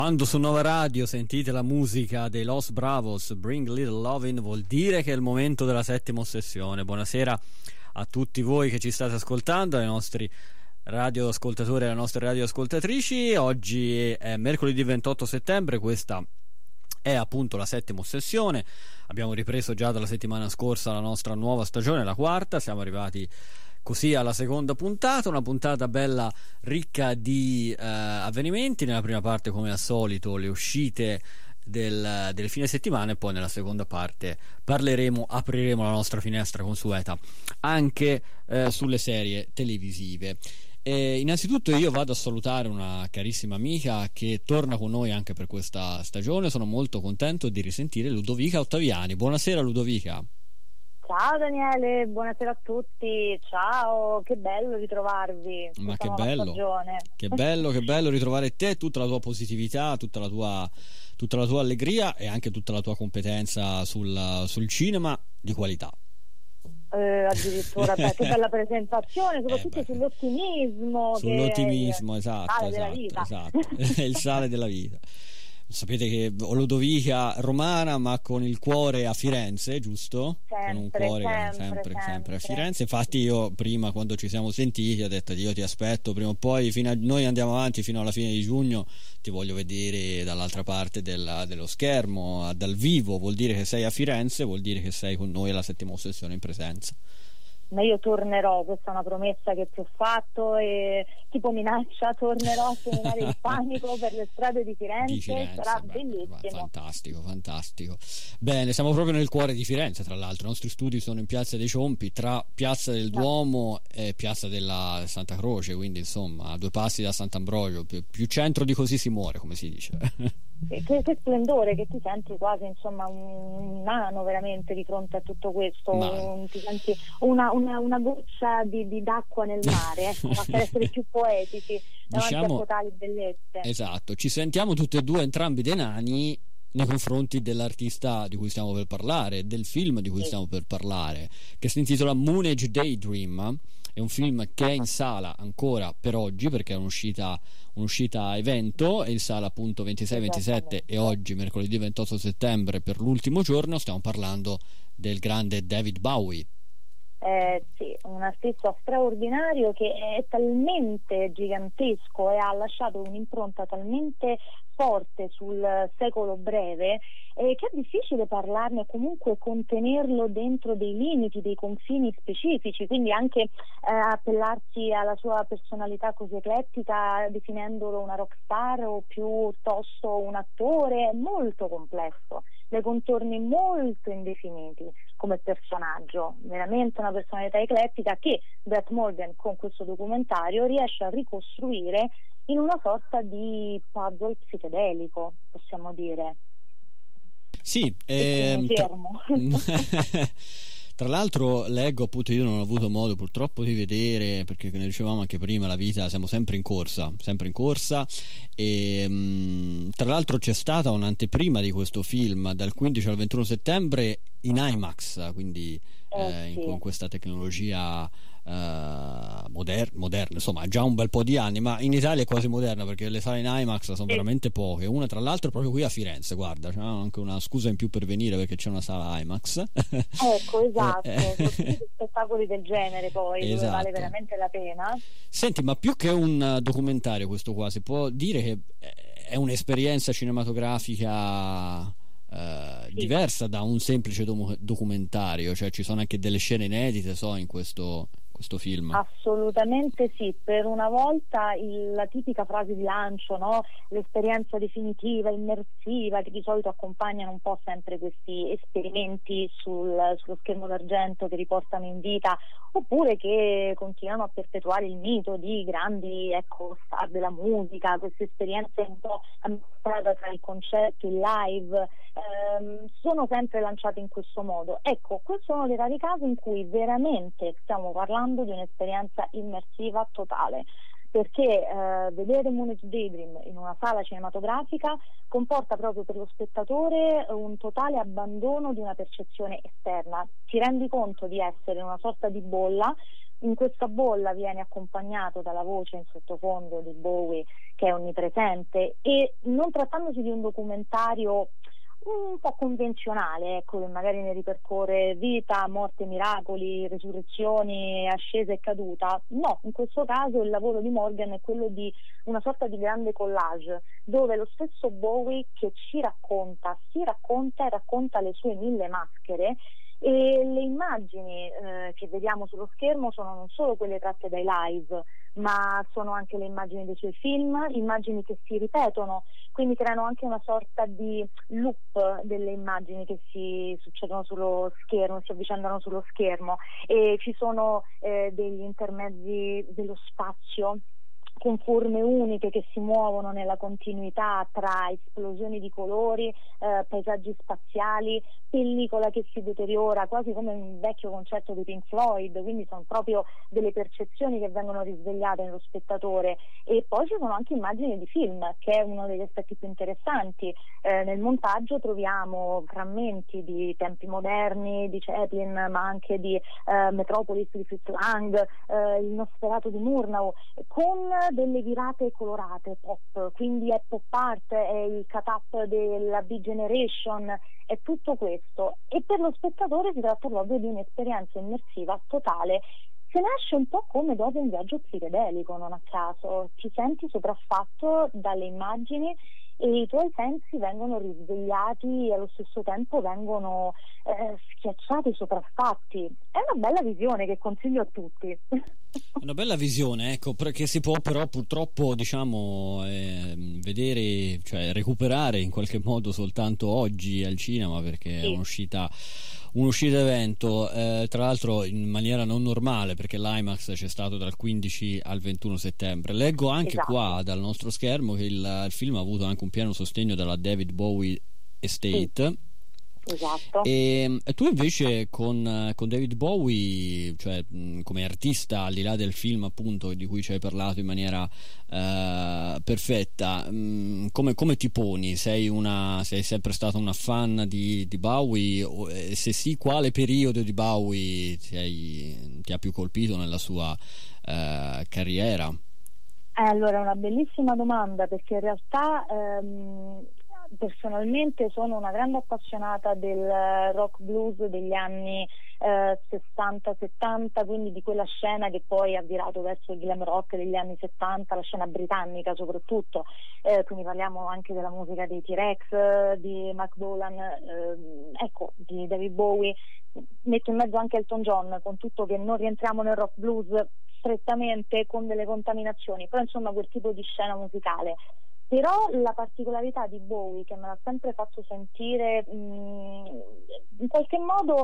Quando su Nova Radio sentite la musica dei Los Bravos, Bring Little Lovin', vuol dire che è il momento della settima ossessione. Buonasera a tutti voi che ci state ascoltando, ai nostri radioascoltatori e alle nostre radioascoltatrici. Oggi è mercoledì 28 settembre, questa è appunto la settima ossessione. Abbiamo ripreso già dalla settimana scorsa la nostra nuova stagione, la quarta. Siamo arrivati così alla seconda puntata, una puntata bella ricca di avvenimenti. Nella prima parte, come al solito, le uscite del fine settimana, e poi nella seconda parte apriremo la nostra finestra consueta anche sulle serie televisive. Innanzitutto io vado a salutare una carissima amica che torna con noi anche per questa stagione. Sono molto contento di risentire Ludovica Ottaviani. Buonasera Ludovica. Ciao Daniele, buonasera a tutti, ciao, che bello ritrovarvi. Ma che bello, che bello ritrovare te, tutta la tua positività, tutta la tua allegria e anche tutta la tua competenza sul cinema di qualità. Addirittura, che bella presentazione, soprattutto sull'ottimismo. Sull'ottimismo, esatto, è il sale della vita. Sapete che ho Ludovica romana, ma con il cuore a Firenze, giusto? Sempre, con un cuore sempre a Firenze. Infatti io prima, quando ci siamo sentiti, ho detto: io ti aspetto prima o poi, noi andiamo avanti fino alla fine di giugno, ti voglio vedere dall'altra parte dello schermo, dal vivo. Vuol dire che sei a Firenze, vuol dire che sei con noi alla settima ossessione in presenza. Ma io tornerò, questa è una promessa che ti ho fatto, e tipo minaccia, tornerò a seminare il panico per le strade di Firenze. Sarà bellissimo. Fantastico. Bene, siamo proprio nel cuore di Firenze, tra l'altro. I nostri studi sono in Piazza dei Ciompi, tra Piazza del Duomo e Piazza della Santa Croce, quindi insomma a 2 passi da Sant'Ambrogio. Più centro di così si muore, come si dice. Che splendore, che ti senti quasi insomma un nano veramente di fronte a tutto questo. Ti senti una goccia d'acqua nel mare, ecco, per essere più poetici davanti a totali bellezze. Esatto, ci sentiamo tutti e due entrambi dei nani nei confronti dell'artista di cui stiamo per parlare, del film di cui stiamo per parlare, che si intitola Moonage Daydream. È un film che è in sala ancora per oggi, perché è un'uscita a evento, è in sala appunto 26-27 e oggi mercoledì 28 settembre per l'ultimo giorno. Stiamo parlando del grande David Bowie. Sì, un artista straordinario che è talmente gigantesco e ha lasciato un'impronta talmente forte sul secolo breve che è difficile parlarne, comunque contenerlo dentro dei limiti, dei confini specifici, quindi anche appellarsi alla sua personalità così eclettica definendolo una rockstar o piuttosto un attore è molto complesso, dai contorni molto indefiniti come personaggio, veramente una personalità eclettica che Brett Morgan con questo documentario riesce a ricostruire in una sorta di puzzle psichedelico, possiamo dire. Sì, tra l'altro leggo, appunto, io non ho avuto modo purtroppo di vedere, perché ne dicevamo anche prima, la vita, siamo sempre in corsa e tra l'altro c'è stata un'anteprima di questo film dal 15 al 21 settembre in IMAX, quindi con questa tecnologia moderna, insomma già un bel po' di anni, ma in Italia è quasi moderna, perché le sale in IMAX sono veramente poche. Una tra l'altro è proprio qui a Firenze, guarda, c'è anche una scusa in più per venire, perché c'è una sala IMAX. Ecco, esatto, spettacoli del genere poi, dove vale veramente la pena. Senti, ma più che un documentario, questo qua si può dire che è un'esperienza cinematografica diversa da un semplice documentario, cioè ci sono anche delle scene inedite, in questo film. Assolutamente sì, per una volta la tipica frase di lancio, no? L'esperienza definitiva, immersiva, che di solito accompagnano un po' sempre questi esperimenti sullo schermo d'argento che riportano in vita, oppure che continuano a perpetuare il mito di grandi star della musica, queste esperienze un po' a strada tra il concerto e il live, sono sempre lanciate in questo modo. Ecco, questi sono dei rari casi in cui veramente stiamo parlando di un'esperienza immersiva totale, perché vedere Moonage Daydream in una sala cinematografica comporta proprio per lo spettatore un totale abbandono di una percezione esterna. Ti rendi conto di essere in una sorta di bolla In questa bolla viene accompagnato dalla voce in sottofondo di Bowie che è onnipresente, e non trattandosi di un documentario un po' convenzionale, ecco, che magari ne ripercorre vita, morte, miracoli, resurrezioni, ascesa e caduta. No, in questo caso il lavoro di Morgan è quello di una sorta di grande collage, dove lo stesso Bowie che si racconta e racconta le sue 1000 maschere, e le immagini che vediamo sullo schermo sono non solo quelle tratte dai live, ma sono anche le immagini dei suoi film, immagini che si ripetono, quindi creano anche una sorta di loop delle immagini che si succedono sullo schermo, si avvicendano sullo schermo, e ci sono degli intermezzi dello spazio con forme uniche che si muovono nella continuità tra esplosioni di colori, paesaggi spaziali, pellicola che si deteriora, quasi come un vecchio concerto di Pink Floyd, quindi sono proprio delle percezioni che vengono risvegliate nello spettatore. E poi ci sono anche immagini di film, che è uno degli aspetti più interessanti. Nel montaggio troviamo frammenti di tempi moderni, di Chaplin, ma anche di Metropolis di Fritz Lang, il Nosferatu di Murnau, con delle virate colorate pop, quindi è pop art, è il cut-up della B-Generation, è tutto questo, e per lo spettatore si tratta proprio di un'esperienza immersiva totale. Se ne esce un po' come dopo un viaggio psichedelico, non a caso, ti senti sopraffatto dalle immagini e i tuoi sensi vengono risvegliati e allo stesso tempo vengono schiacciati, sopraffatti. È una bella visione che consiglio a tutti. Una bella visione, ecco, che si può però purtroppo, diciamo, vedere, cioè recuperare in qualche modo soltanto oggi al cinema, perché Sì. è un'uscita evento, tra l'altro in maniera non normale, perché l'IMAX c'è stato dal 15 al 21 settembre. Leggo anche qua dal nostro schermo che il film ha avuto anche un pieno sostegno dalla David Bowie Estate. Sì. Esatto. E tu invece con David Bowie, cioè come artista, al di là del film appunto di cui ci hai parlato in maniera perfetta, come ti poni? Sei sempre stata una fan di Bowie? E se sì, quale periodo di Bowie ti ha più colpito nella sua carriera? Allora, è una bellissima domanda, perché in realtà personalmente sono una grande appassionata del rock blues degli anni 60-70, quindi di quella scena che poi ha virato verso il glam rock degli anni 70, la scena britannica soprattutto, quindi parliamo anche della musica dei T-Rex, di Mark Bolan, ecco, di David Bowie. Metto in mezzo anche Elton John, con tutto che non rientriamo nel rock blues strettamente, con delle contaminazioni, però insomma quel tipo di scena musicale. Però la particolarità di Bowie, che me l'ha sempre fatto sentire in qualche modo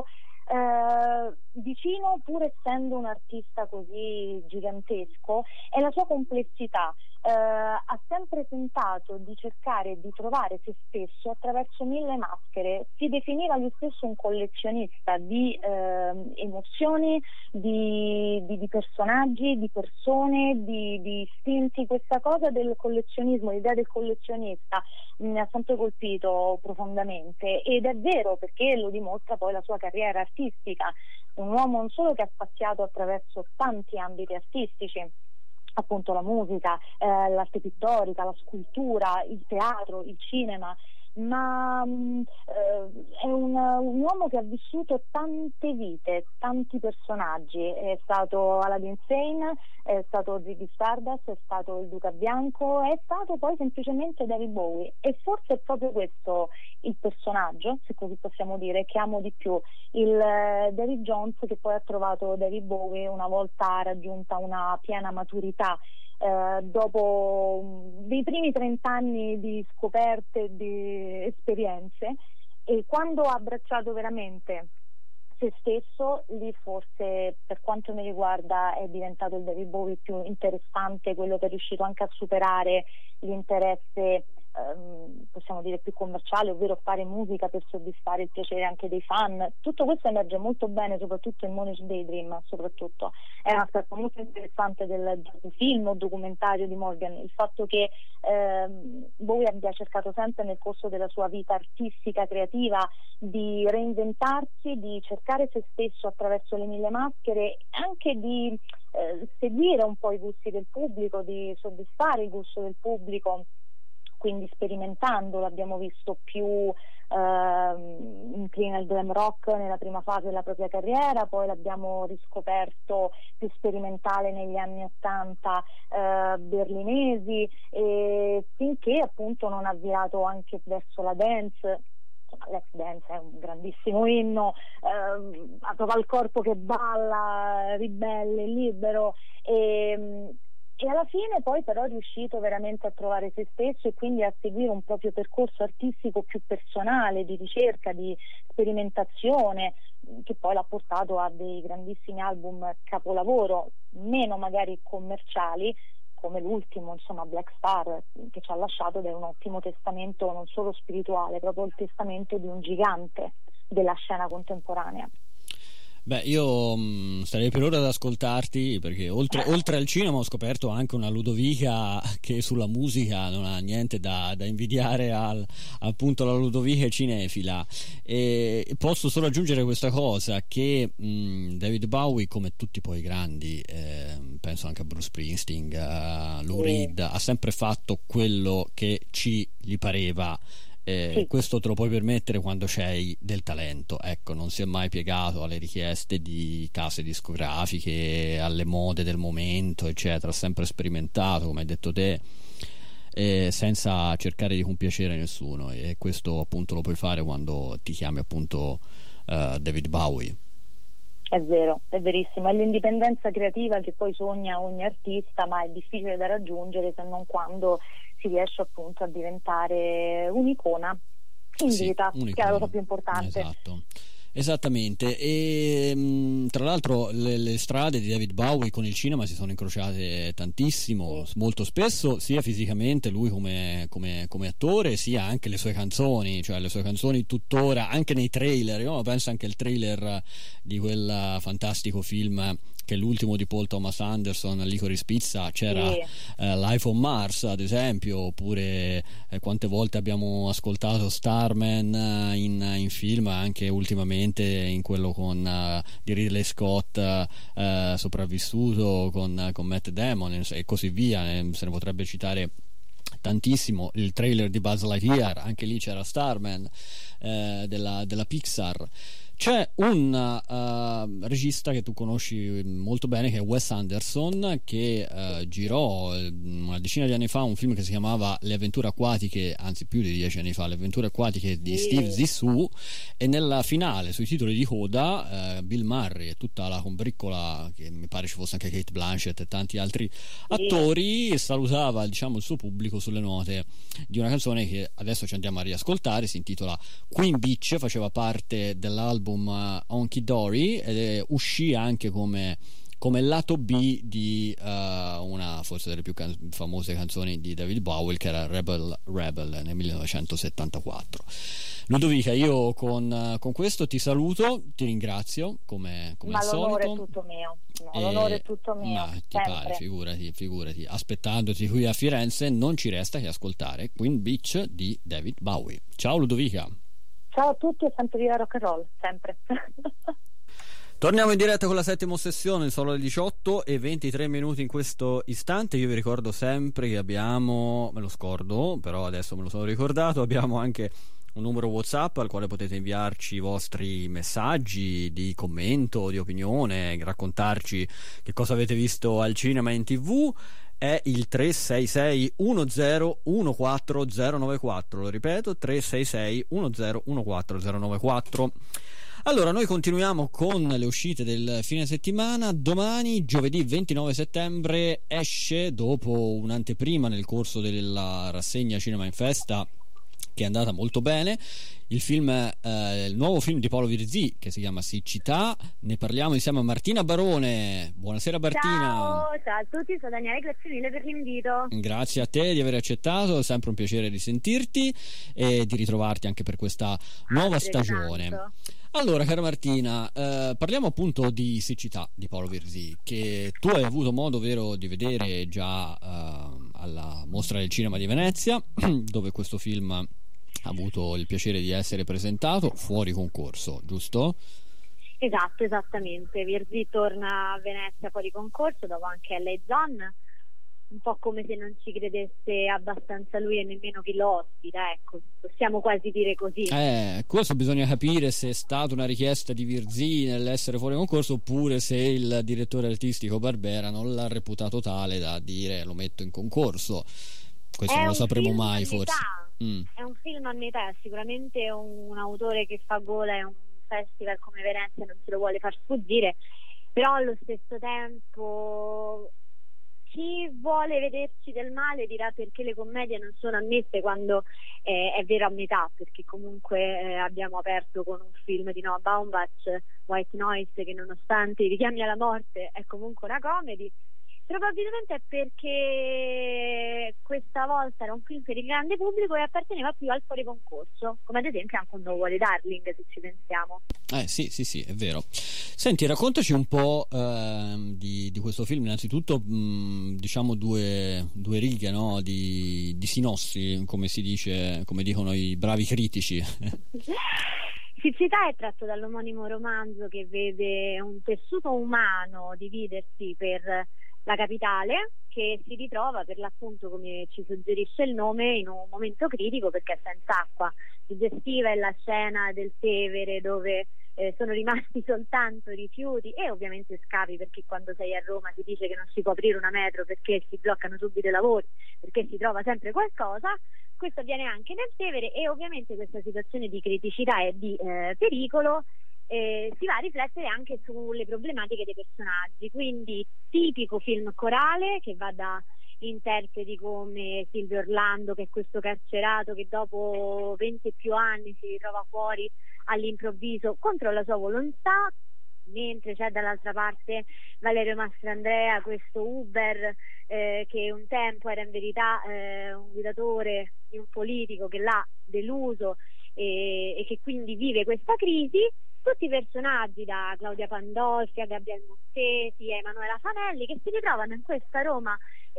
vicino, pur essendo un artista così gigantesco, è la sua complessità. Ha sempre tentato di cercare di trovare se stesso attraverso 1000 maschere. Si definiva lui stesso un collezionista di emozioni, di personaggi, di persone, di istinti. Questa cosa del collezionismo, l'idea del collezionista mi ha sempre colpito profondamente, ed è vero, perché lo dimostra poi la sua carriera artistica. Un uomo non solo che ha spaziato attraverso tanti ambiti artistici, appunto la musica, l'arte pittorica, la scultura, il teatro, il cinema, ma è un uomo che ha vissuto tante vite, tanti personaggi. È stato Aladdin Sane, è stato Ziggy Stardust, è stato il Duca Bianco, è stato poi semplicemente David Bowie, e forse è proprio questo il personaggio, se così possiamo dire, che amo di più, il David Jones che poi ha trovato David Bowie una volta raggiunta una piena maturità, dopo dei primi 30 anni di scoperte e di esperienze, e quando ha abbracciato veramente se stesso, lì forse, per quanto mi riguarda, è diventato il David Bowie più interessante, quello che è riuscito anche a superare l'interesse, possiamo dire più commerciale, ovvero fare musica per soddisfare il piacere anche dei fan. Tutto questo emerge molto bene, soprattutto in Moonage Daydream, soprattutto. È un aspetto molto interessante del film o documentario di Morgan, il fatto che Bowie abbia cercato sempre nel corso della sua vita artistica, creativa, di reinventarsi, di cercare se stesso attraverso le mille maschere, anche di seguire un po' i gusti del pubblico, di soddisfare il gusto del pubblico, quindi sperimentando. L'abbiamo visto più incline al glam rock nella prima fase della propria carriera, poi l'abbiamo riscoperto più sperimentale negli anni *80 berlinesi, e finché appunto non ha virato anche verso la dance. L'ex dance è un grandissimo inno, trova il corpo che balla, ribelle, libero, e alla fine poi però è riuscito veramente a trovare se stesso e quindi a seguire un proprio percorso artistico più personale, di ricerca, di sperimentazione, che poi l'ha portato a dei grandissimi album capolavoro, meno magari commerciali, come l'ultimo, insomma, Black Star, che ci ha lasciato, ed è un ottimo testamento non solo spirituale, proprio il testamento di un gigante della scena contemporanea. Beh, io starei per ora ad ascoltarti, perché oltre al cinema ho scoperto anche una Ludovica che sulla musica non ha niente da invidiare appunto alla Ludovica cinefila. E posso solo aggiungere questa cosa, che David Bowie, come tutti poi i grandi, penso anche a Bruce Springsteen, Lou Reed, ha sempre fatto quello che gli pareva. Sì. Questo te lo puoi permettere quando c'hai del talento, ecco, non si è mai piegato alle richieste di case discografiche, alle mode del momento, eccetera. Ha sempre sperimentato, come hai detto te, senza cercare di compiacere nessuno, e questo appunto lo puoi fare quando ti chiami appunto David Bowie. È vero, è verissimo, è l'indipendenza creativa che poi sogna ogni artista, ma è difficile da raggiungere se non quando si riesce appunto a diventare un'icona in vita, che è la cosa più importante. Esatto. Esattamente. E tra l'altro le strade di David Bowie con il cinema si sono incrociate tantissimo, molto spesso, sia fisicamente lui come attore, sia anche le sue canzoni, cioè le sue canzoni tuttora, anche nei trailer. Io penso anche al trailer di quel fantastico film che è l'ultimo di Paul Thomas Anderson, Licorice Pizza, c'era Life on Mars ad esempio, oppure quante volte abbiamo ascoltato Starman in film, anche ultimamente in quello di Ridley Scott, Sopravvissuto con Matt Damon e così via. Se ne potrebbe citare tantissimo. Il trailer di Buzz Lightyear, anche lì c'era Starman, della Pixar. C'è un regista che tu conosci molto bene, che è Wes Anderson, che girò una decina di anni fa un film che si chiamava Le avventure acquatiche, anzi più di 10 anni fa, Le avventure acquatiche di Steve Zissou, e nella finale, sui titoli di coda, Bill Murray e tutta la combriccola, che mi pare ci fosse anche Kate Blanchett e tanti altri attori, salutava, diciamo, il suo pubblico sulle note di una canzone che adesso ci andiamo a riascoltare. Si intitola Queen Beach, faceva parte dell'album Honky Dory ed uscì anche come lato B di una forse delle più famose canzoni di David Bowie, che era Rebel nel 1974. Ludovica, io con questo ti saluto, ti ringrazio come al solito. L'onore è tutto mio. L'onore è tutto mio. Ma ti pare, figurati. Aspettandoti qui a Firenze non ci resta che ascoltare Queen Beach di David Bowie. Ciao Ludovica. Ciao a tutti e sempre viva rock and roll, sempre. Torniamo in diretta con la settima sessione, sono le 18:23 in questo istante. Io vi ricordo sempre che abbiamo, me lo scordo, però adesso me lo sono ricordato, abbiamo anche un numero WhatsApp al quale potete inviarci i vostri messaggi di commento, di opinione, raccontarci che cosa avete visto al cinema e in TV. È il 366 1014 094, lo ripeto, 366 1014 094. Allora, noi continuiamo con le uscite del fine settimana. Domani, giovedì 29 settembre, esce, dopo un'anteprima nel corso della rassegna Cinema in Festa, che è andata molto bene. Il film, il nuovo film di Paolo Virzì, che si chiama Siccità. Ne parliamo insieme a Martina Barone. Buonasera Martina. Ciao a tutti, sono Daniele, grazie mille per l'invito. Grazie a te di aver accettato, è sempre un piacere di sentirti e di ritrovarti anche per questa nuova stagione. Allora, cara Martina, parliamo appunto di Siccità di Paolo Virzì, che tu hai avuto modo, vero, di vedere già alla Mostra del Cinema di Venezia, dove questo film ha avuto il piacere di essere presentato fuori concorso, giusto? Esatto, esattamente. Virzì torna a Venezia fuori concorso dopo anche L.A. Zone, un po' come se non ci credesse abbastanza lui e nemmeno chi lo ospita, ecco, possiamo quasi dire così. Questo bisogna capire se è stata una richiesta di Virzì nell'essere fuori concorso, oppure se il direttore artistico Barbera non l'ha reputato tale da dire lo metto in concorso. Questo non lo sapremo mai, forse. È un film a metà, sicuramente un autore che fa gola e un festival come Venezia non se lo vuole far sfuggire, però allo stesso tempo chi vuole vederci del male dirà perché le commedie non sono ammesse quando è vero a metà, perché comunque abbiamo aperto con un film di Noah Baumbach, White Noise, che nonostante i richiami alla morte è comunque una comedy. Probabilmente è perché questa volta era un film per il grande pubblico e apparteneva più al fuori concorso, come ad esempio anche Un nuovo Darling, se ci pensiamo. Sì, è vero. Senti, raccontaci un po' di questo film. Innanzitutto diciamo due righe, no? di sinossi, come si dice, come dicono i bravi critici. Siccità è tratto dall'omonimo romanzo che vede un tessuto umano dividersi per la capitale, che si ritrova per l'appunto, come ci suggerisce il nome, in un momento critico perché è senza acqua. Suggestiva è la scena del Tevere, dove sono rimasti soltanto rifiuti e ovviamente scavi, perché quando sei a Roma si dice che non si può aprire una metro perché si bloccano subito i lavori, perché si trova sempre qualcosa. Questo avviene anche nel Tevere e ovviamente questa situazione di criticità e di pericolo si va a riflettere anche sulle problematiche dei personaggi, quindi tipico film corale che va da interpreti come Silvio Orlando, che è questo carcerato che dopo 20 e più anni si ritrova fuori all'improvviso contro la sua volontà, mentre c'è dall'altra parte Valerio Mastrandrea, questo Uber che un tempo era in verità un guidatore di un politico che l'ha deluso e che quindi vive questa crisi. Tutti i personaggi, da Claudia Pandolfi a Gabriele Montesi a Emanuela Fanelli, che si ritrovano in questa Roma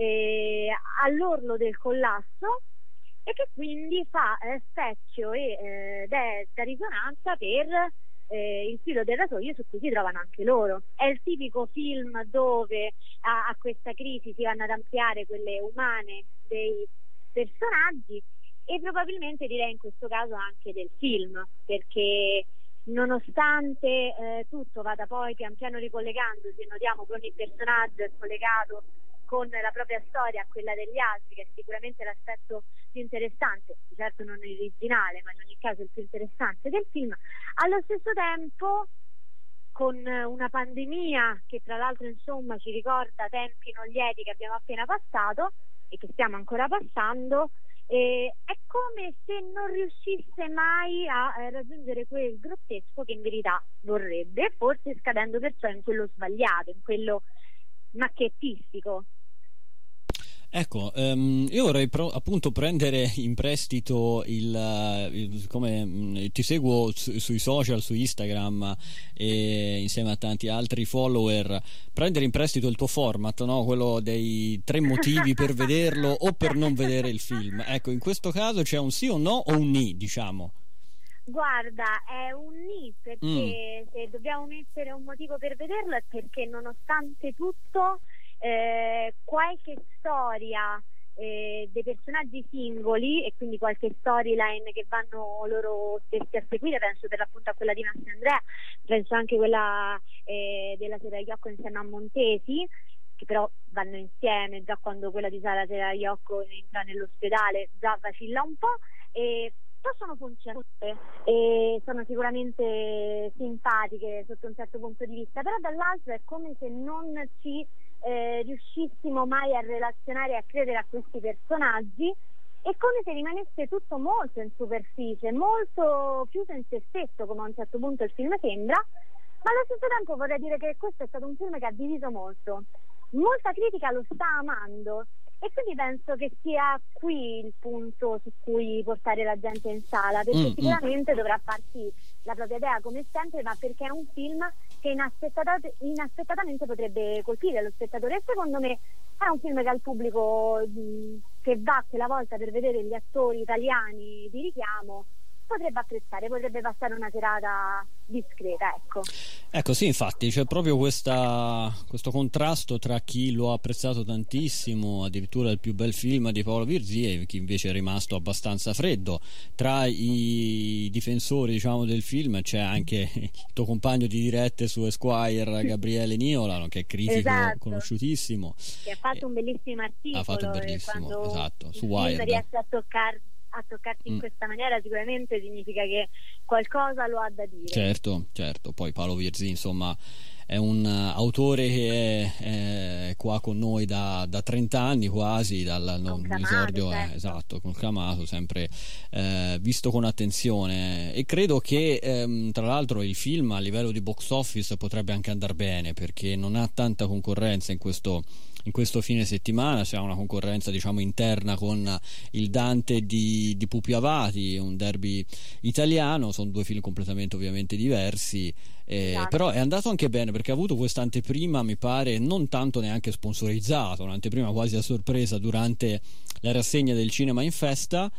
all'orlo del collasso e che quindi fa specchio e desta risonanza per il filo del rasoio su cui si trovano anche loro. È il tipico film dove a questa crisi si vanno ad ampliare quelle umane dei personaggi e probabilmente direi in questo caso anche del film, perché nonostante tutto vada poi pian piano ricollegandosi, notiamo che ogni personaggio è collegato con la propria storia a quella degli altri, che è sicuramente l'aspetto più interessante, certo non originale, ma in ogni caso il più interessante del film. Allo stesso tempo, con una pandemia che tra l'altro insomma ci ricorda tempi non lieti che abbiamo appena passato e che stiamo ancora passando, è come se non riuscisse mai a raggiungere quel grottesco che in verità vorrebbe, forse scadendo perciò in quello sbagliato, in quello macchiettistico. Ecco, io vorrei appunto prendere in prestito come ti seguo sui social, su Instagram e insieme a tanti altri follower, prendere in prestito il tuo format, no? Quello dei 3 motivi per vederlo o per non vedere il film. Ecco, in questo caso c'è un sì o no o un ni, diciamo. Guarda, è un ni, perché se dobbiamo mettere un motivo per vederlo è perché nonostante tutto qualche storia dei personaggi singoli e quindi qualche storyline che vanno loro stessi a seguire, penso per l'appunto a quella di Mastrandrea, penso anche quella della Sera Iocco insieme a Montesi, che però vanno insieme, già quando quella di Sara Sera Iocco entra nell'ospedale già vacilla un po', e possono funzionare e sono sicuramente simpatiche sotto un certo punto di vista, però dall'altro è come se non ci riuscissimo mai a relazionare e a credere a questi personaggi, è come se rimanesse tutto molto in superficie, molto chiuso in se stesso, come a un certo punto il film sembra, ma allo stesso tempo vorrei dire che questo è stato un film che ha diviso molto. Molta critica lo sta amando e quindi penso che sia qui il punto su cui portare la gente in sala, perché sicuramente dovrà farsi la propria idea come sempre, ma perché è un film che inaspettatamente potrebbe colpire lo spettatore, e secondo me è un film che al pubblico che va quella volta per vedere gli attori italiani di richiamo potrebbe apprezzare, potrebbe passare una serata discreta, Ecco, sì, infatti c'è proprio questo contrasto tra chi lo ha apprezzato tantissimo, addirittura il più bel film di Paolo Virzì, e chi invece è rimasto abbastanza freddo. Tra i difensori, diciamo, del film c'è anche il tuo compagno di dirette su Esquire, Gabriele Niolano, che è critico conosciutissimo, che ha fatto un bellissimo articolo, ha fatto un bellissimo, esatto, su Wired. Riesce a toccarti in questa maniera sicuramente significa che qualcosa lo ha da dire. Certo, poi Paolo Virzì insomma è un autore che è qua con noi da 30 anni quasi, dall'esordio, esatto, con Camato, sempre visto con attenzione, e credo che tra l'altro il film a livello di box office potrebbe anche andare bene, perché non ha tanta concorrenza in questo fine settimana. C'è una concorrenza, diciamo, interna con il Dante di Pupi Avati, un derby italiano. Sono due film completamente ovviamente diversi, però è andato anche bene perché ha avuto questa anteprima, mi pare, non tanto neanche sponsorizzato, un'anteprima quasi a sorpresa durante la rassegna del Cinema in Festa,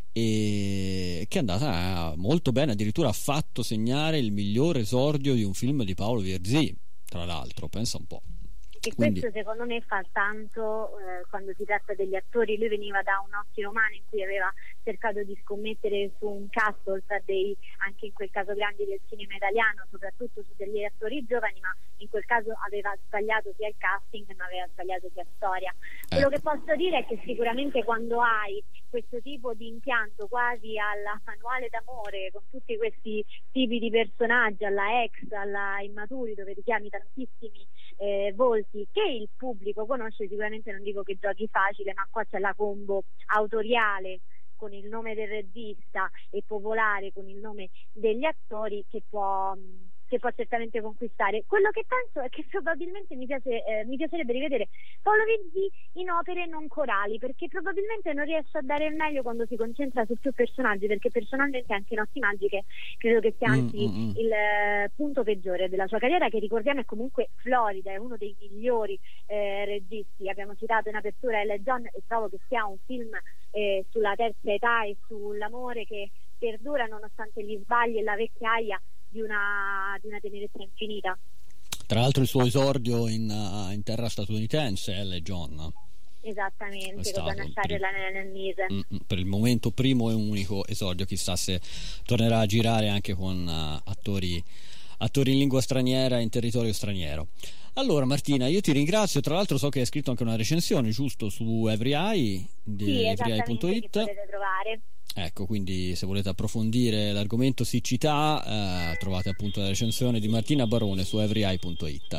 e che è andata molto bene, addirittura ha fatto segnare il miglior esordio di un film di Paolo Virzì, tra l'altro, pensa un po'. E questo secondo me fa tanto quando si tratta degli attori. Lui veniva da un Occhi Romani in cui aveva cercato di scommettere su un cast, oltre a anche in quel caso grandi del cinema italiano, soprattutto su degli attori giovani, ma in quel caso aveva sbagliato sia il casting ma aveva sbagliato sia storia. Quello che posso dire è che sicuramente quando hai questo tipo di impianto quasi alla Manuale d'amore, con tutti questi tipi di personaggi, alla Ex, alla Immaturi, dove richiami tantissimi volti che il pubblico conosce, sicuramente non dico che giochi facile, ma qua c'è la combo autoriale con il nome del regista e popolare con il nome degli attori che può certamente conquistare. Quello che penso è che probabilmente mi piacerebbe rivedere Paolo Virzì in opere non corali, perché probabilmente non riesce a dare il meglio quando si concentra su più personaggi, perché personalmente anche Notti Magiche credo che sia anzi il punto peggiore della sua carriera, che ricordiamo è comunque florida, è uno dei migliori registi. Abbiamo citato in apertura Ella John e trovo che sia un film sulla terza età e sull'amore che perdura nonostante gli sbagli e la vecchiaia di una tenerezza infinita. Tra l'altro il suo esordio in terra statunitense, Ella John. Esattamente, con Donna Shire e la Nel Mise. Per il momento primo e unico esordio, chissà se tornerà a girare anche con attori in lingua straniera in territorio straniero. Allora Martina, io ti ringrazio, tra l'altro so che hai scritto anche una recensione giusto su Everyeye di everyeye.it, che potete trovare. Ecco, quindi se volete approfondire l'argomento siccità trovate appunto la recensione di Martina Barone su everyeye.it.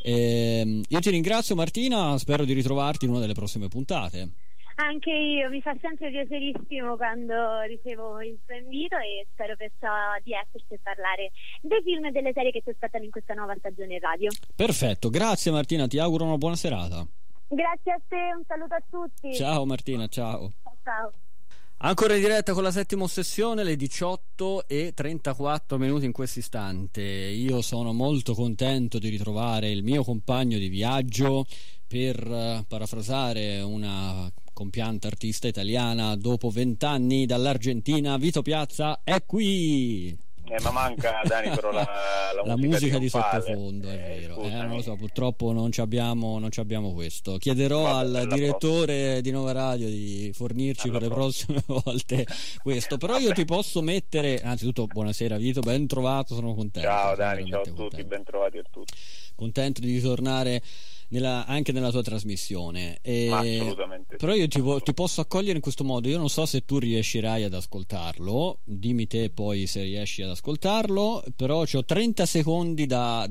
Io ti ringrazio Martina, spero di ritrovarti in una delle prossime puntate. Anche io, mi fa sempre piacerissimo quando ricevo il suo invito e spero perciò di esserci a parlare dei film e delle serie che ci aspettano in questa nuova stagione radio. Perfetto, grazie Martina, ti auguro una buona serata. Grazie a te, un saluto a tutti. Ciao Martina, ciao. Ciao. Ancora in diretta con la settima ossessione, le 18:34 in questo istante. Io sono molto contento di ritrovare il mio compagno di viaggio, per parafrasare una compianta artista italiana, dopo 20 anni dall'Argentina, Vito Piazza è qui. Ma manca Dani però la musica di sottofondo, è vero. Non lo so, purtroppo non ci abbiamo questo. Chiederò al direttore di Nova Radio di fornirci per le prossime volte questo. Però io ti posso mettere, anzitutto buonasera Vito, ben trovato, sono contento. Ciao Dani, ciao a tutti, ben trovati a tutti. Contento di ritornare anche nella tua trasmissione, assolutamente. Però io ti posso accogliere in questo modo. Io non so se tu riuscirai ad ascoltarlo, dimmi te poi se riesci ad ascoltarlo, però c'ho 30 secondi da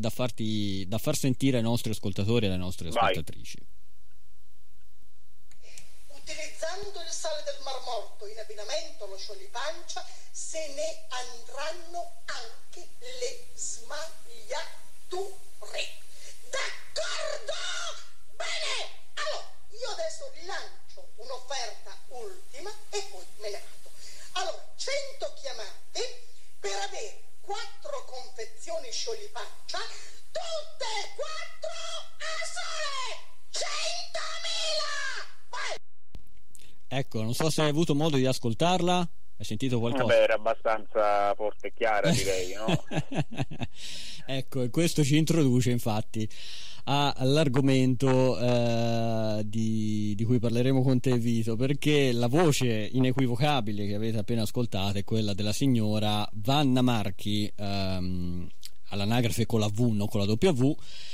far sentire ai nostri ascoltatori e alle nostre ascoltatrici. utilizzando il sale del Mar Morto in abbinamento allo scioglipancia, se ne andranno anche le smagliature. D'accordo? Bene! Allora, io adesso rilancio un'offerta ultima e poi me ne vado. Allora, 100 chiamate per avere 4 confezioni scioglipancia, tutte e 4 a sole 100.000! Vai! Ecco, non so se hai avuto modo di ascoltarla, hai sentito qualcosa? Beh, era abbastanza forte e chiara, direi, no? Ecco, e questo ci introduce infatti all'argomento di cui parleremo con te, Vito, perché la voce inequivocabile che avete appena ascoltato è quella della signora Vanna Marchi, all'anagrafe con la V, non con la W,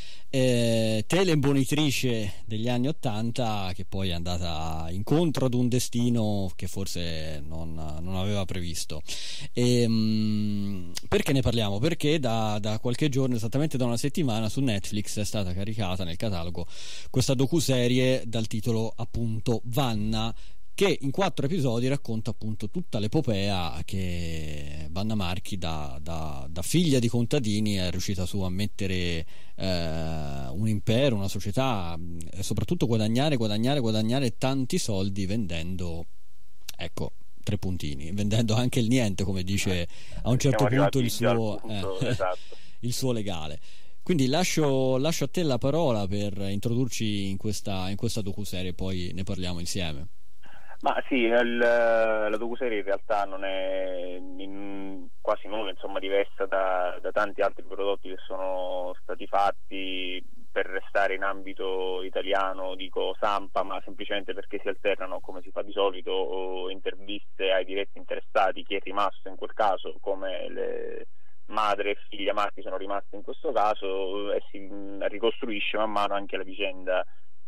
teleimbonitrice degli anni '80, che poi è andata incontro ad un destino che forse non aveva previsto. Perché ne parliamo? Perché da qualche giorno, esattamente da una settimana, su Netflix è stata caricata nel catalogo questa docuserie dal titolo appunto Vanna, che in 4 episodi racconta appunto tutta l'epopea che Vanna Marchi da figlia di contadini è riuscita a mettere un impero, una società, e soprattutto guadagnare tanti soldi vendendo, ecco, 3 puntini, vendendo anche il niente, come dice a un certo punto il suo esatto. il suo legale. Quindi lascio a te la parola per introdurci in questa docuserie, poi ne parliamo insieme. Ma sì, la docuserie in realtà non è in quasi nulla, insomma, diversa da tanti altri prodotti che sono stati fatti per restare in ambito italiano, dico Sampa, ma semplicemente perché si alternano, come si fa di solito, interviste ai diretti interessati, chi è rimasto in quel caso, come le madre e figlia Marchi sono rimaste in questo caso, e si ricostruisce man mano anche la vicenda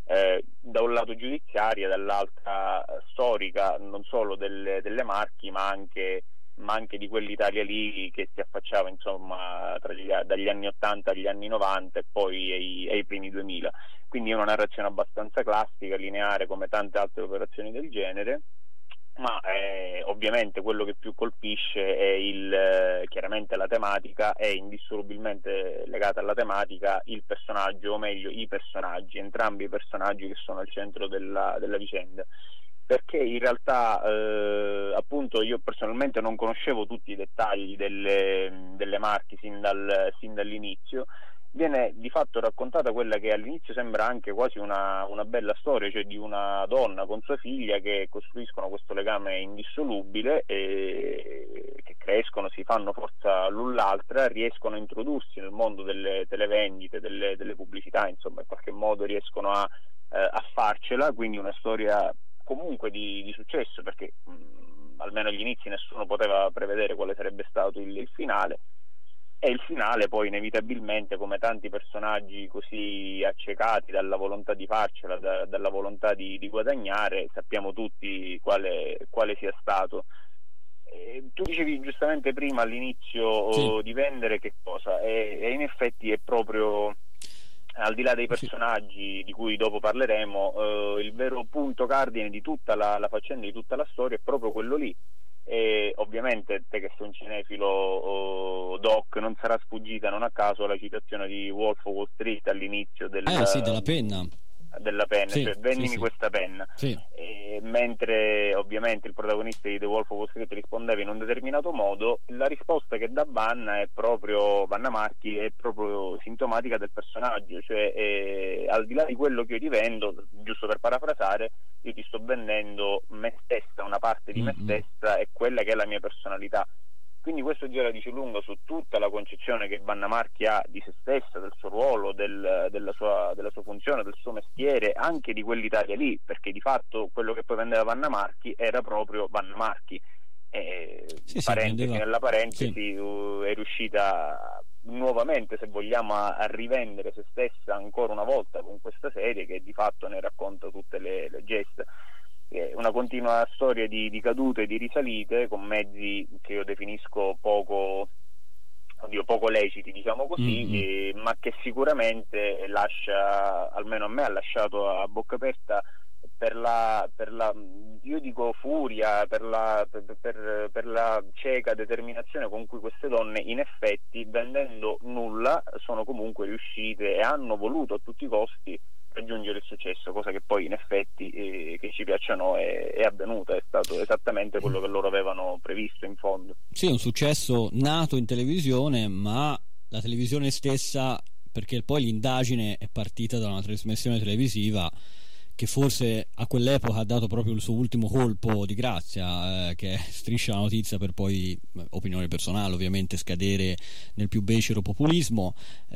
da un lato giudiziaria, dall'altra storica, non solo delle Marchi ma anche di quell'Italia lì che si affacciava, insomma, dagli anni 80 agli anni 90 e poi ai primi 2000. Quindi è una narrazione abbastanza classica, lineare, come tante altre operazioni del genere, ma ovviamente quello che più colpisce è chiaramente la tematica, è indissolubilmente legata alla tematica il personaggio, o meglio i personaggi, entrambi i personaggi che sono al centro della vicenda, perché in realtà appunto io personalmente non conoscevo tutti i dettagli delle Marchi sin dall'inizio. Viene di fatto raccontata quella che all'inizio sembra anche quasi una bella storia, cioè di una donna con sua figlia che costruiscono questo legame indissolubile e che crescono, si fanno forza l'un l'altra, riescono a introdursi nel mondo delle televendite, delle pubblicità, insomma in qualche modo riescono a farcela, quindi una storia comunque di successo, perché almeno agli inizi nessuno poteva prevedere quale sarebbe stato il finale. E il finale poi inevitabilmente, come tanti personaggi così accecati dalla volontà di farcela, dalla volontà di guadagnare, sappiamo tutti quale sia stato. Tu dicevi giustamente prima all'inizio sì, di vendere che cosa, e in effetti è proprio, al di là dei personaggi di cui dopo parleremo, il vero punto cardine di tutta la faccenda, di tutta la storia, è proprio quello lì. E ovviamente te che sei un cinefilo, Doc, non sarà sfuggita non a caso la citazione di Wolf of Wall Street all'inizio sì, della penna, sì, cioè vendimi sì, questa penna, sì. Mentre ovviamente il protagonista di The Wolf of Wall Street rispondeva in un determinato modo, la risposta che dà Vanna Marchi è proprio sintomatica del personaggio, cioè al di là di quello che io ti vendo, giusto per parafrasare, io ti sto vendendo me stessa, una parte di me stessa, e quella che è la mia personalità. Quindi questo già la dice lunga su tutta la concezione che Vanna Marchi ha di se stessa, del suo ruolo, della sua funzione, del suo mestiere, anche di quell'Italia lì, perché di fatto quello che poi vendeva Vanna Marchi era proprio Vanna Marchi. Parentesi nella parentesi, sì. È riuscita nuovamente, se vogliamo, a rivendere se stessa ancora una volta con questa serie che di fatto ne racconta tutte le gesta. Una continua storia di cadute e di risalite con mezzi che io definisco poco leciti, diciamo così, ma che sicuramente lascia, almeno a me ha lasciato a bocca aperta io dico furia, per la cieca determinazione con cui queste donne in effetti, vendendo nulla, sono comunque riuscite e hanno voluto a tutti i costi raggiungere il successo, cosa che poi in effetti, che ci piaccia o no, è avvenuta, è stato esattamente quello che loro avevano previsto in fondo. Sì, un successo nato in televisione, ma la televisione stessa, perché poi l'indagine è partita da una trasmissione televisiva che forse a quell'epoca ha dato proprio il suo ultimo colpo di grazia, che è Striscia la notizia, per poi, opinione personale ovviamente, scadere nel più becero populismo.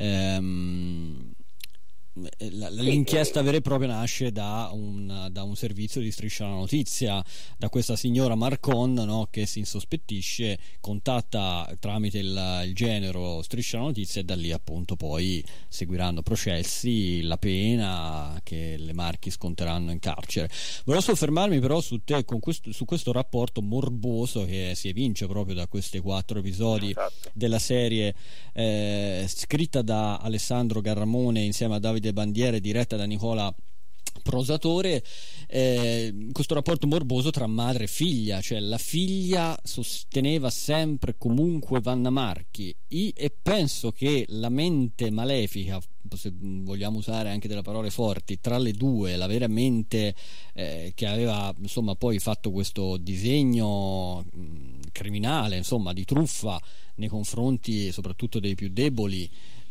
L'inchiesta vera e propria nasce da un servizio di Striscia la notizia, da questa signora Marcon, no, che si insospettisce, contatta tramite il genero Striscia la notizia, e da lì appunto poi seguiranno processi, la pena che le Marchi sconteranno in carcere. Volevo soffermarmi però su te, su questo rapporto morboso che si evince proprio da questi 4 episodi, esatto, della serie, scritta da Alessandro Garramone insieme a Davide Bandiere, diretta da Nicola Prosatore. Questo rapporto morboso tra madre e figlia, cioè la figlia sosteneva sempre comunque Vanna Marchi, e penso che la mente malefica, se vogliamo usare anche delle parole forti, tra le due, la vera mente che aveva insomma poi fatto questo disegno criminale, insomma di truffa nei confronti soprattutto dei più deboli,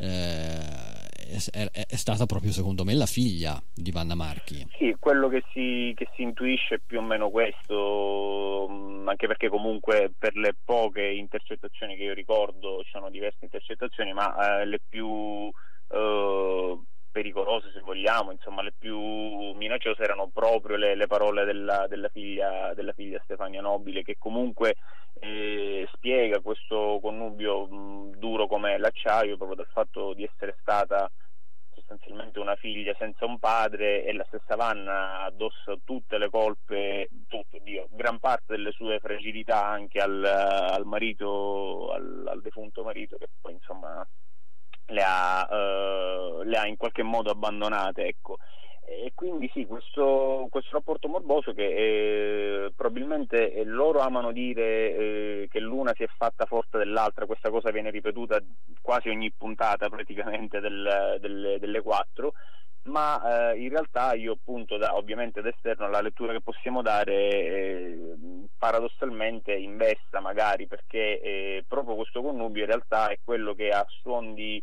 è stata proprio secondo me la figlia di Vanna Marchi. Sì, quello che si intuisce è più o meno questo, anche perché comunque per le poche intercettazioni che io ricordo, ci sono diverse intercettazioni, ma le più pericolose, se vogliamo, insomma le più minacciose, erano proprio le parole della figlia Stefania Nobile, che comunque spiega questo connubio duro come l'acciaio, proprio dal fatto di essere stata sostanzialmente una figlia senza un padre, e la stessa Vanna addossa tutte le colpe, gran parte delle sue fragilità anche al marito, al defunto marito, che poi insomma le ha in qualche modo abbandonate, ecco. E quindi sì, questo rapporto morboso che probabilmente loro amano dire che l'una si è fatta forte dell'altra. Questa cosa viene ripetuta quasi ogni puntata praticamente delle 4, ma in realtà io appunto ovviamente da esterno la lettura che possiamo dare paradossalmente investa magari, perché proprio questo connubio in realtà è quello che a suon di